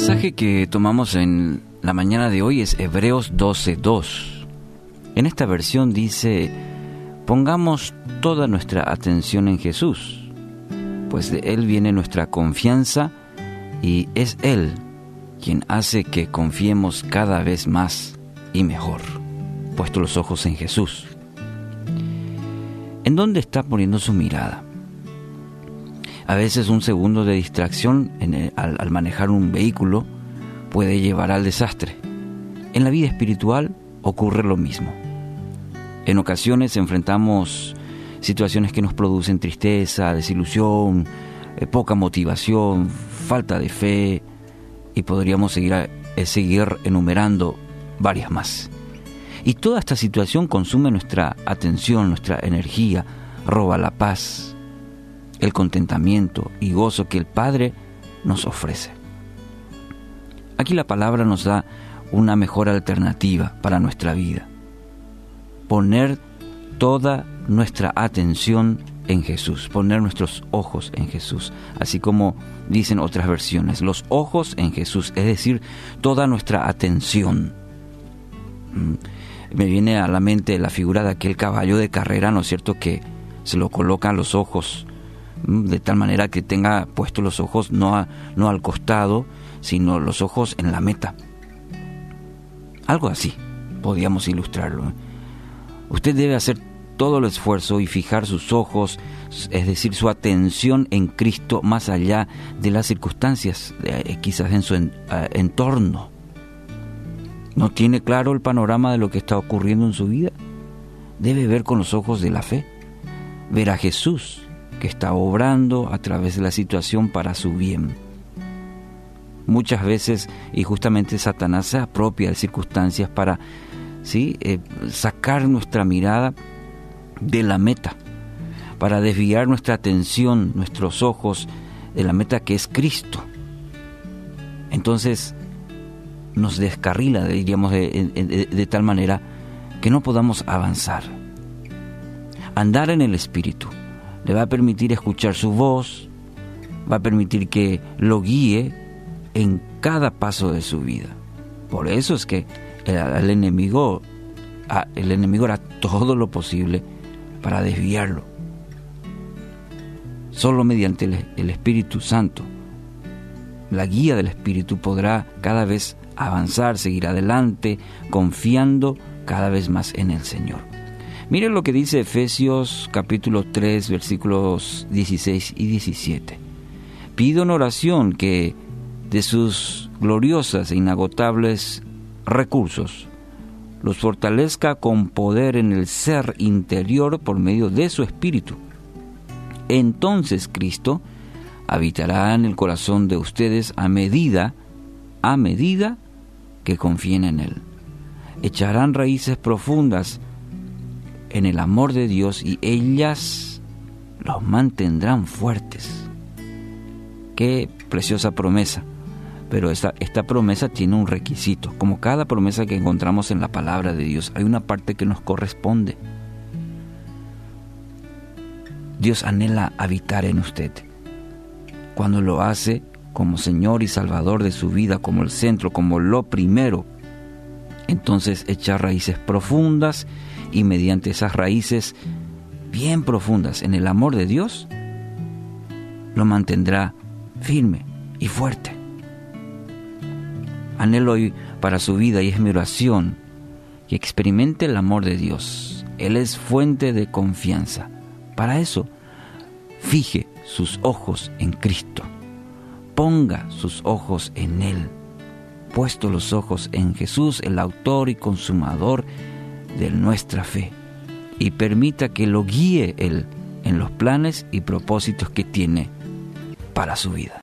pasaje que tomamos en la mañana de hoy es Hebreos 12:2. En esta versión dice: pongamos toda nuestra atención en Jesús, pues de Él viene nuestra confianza y es Él quien hace que confiemos cada vez más y mejor, puesto los ojos en Jesús. ¿En dónde está poniendo su mirada? A veces un segundo de distracción al manejar un vehículo puede llevar al desastre. En la vida espiritual ocurre lo mismo. En ocasiones enfrentamos situaciones que nos producen tristeza, desilusión, poca motivación, falta de fe, y podríamos seguir enumerando varias más. Y toda esta situación consume nuestra atención, nuestra energía, roba la paz, el contentamiento y gozo que el Padre nos ofrece. Aquí la palabra nos da una mejor alternativa para nuestra vida: poner toda nuestra atención en Jesús, poner nuestros ojos en Jesús, así como dicen otras versiones, los ojos en Jesús, es decir, toda nuestra atención. Me viene a la mente la figura de aquel caballo de carrera, ¿no es cierto?, que se lo colocan los ojos de tal manera que tenga puestos los ojos no al costado, sino los ojos en la meta. Algo así podríamos ilustrarlo. Usted debe hacer todo el esfuerzo y fijar sus ojos, es decir, su atención en Cristo, más allá de las circunstancias, quizás en su entorno. ¿No tiene claro el panorama de lo que está ocurriendo en su vida? Debe ver con los ojos de la fe, ver a Jesús, que está obrando a través de la situación para su bien. Muchas veces, y justamente Satanás se apropia de circunstancias para sacar nuestra mirada de la meta, para desviar nuestra atención, nuestros ojos de la meta que es Cristo. Entonces nos descarrila, diríamos, de tal manera que no podamos avanzar. Andar en el Espíritu le va a permitir escuchar su voz, va a permitir que lo guíe en cada paso de su vida. Por eso es que el enemigo hará todo lo posible para desviarlo. Solo mediante el Espíritu Santo, la guía del Espíritu, podrá cada vez avanzar, seguir adelante, confiando cada vez más en el Señor. Miren lo que dice Efesios capítulo 3, versículos 16 y 17. Pido en oración que de sus gloriosas e inagotables recursos los fortalezca con poder en el ser interior por medio de su Espíritu. Entonces Cristo habitará en el corazón de ustedes a medida que confíen en Él. Echarán raíces profundas en el amor de Dios y ellas los mantendrán fuertes. Qué preciosa promesa. Pero esta promesa tiene un requisito. Como cada promesa que encontramos en la palabra de Dios, hay una parte que nos corresponde. Dios anhela habitar en usted. Cuando lo hace como Señor y Salvador de su vida, como el centro, como lo primero, entonces echa raíces profundas, y mediante esas raíces bien profundas en el amor de Dios, lo mantendrá firme y fuerte. Anhelo hoy para su vida, y es mi oración, que experimente el amor de Dios. Él es fuente de confianza. Para eso, fije sus ojos en Cristo. Ponga sus ojos en Él. Puesto los ojos en Jesús, el autor y consumador de nuestra fe, y permita que lo guíe Él en los planes y propósitos que tiene para su vida.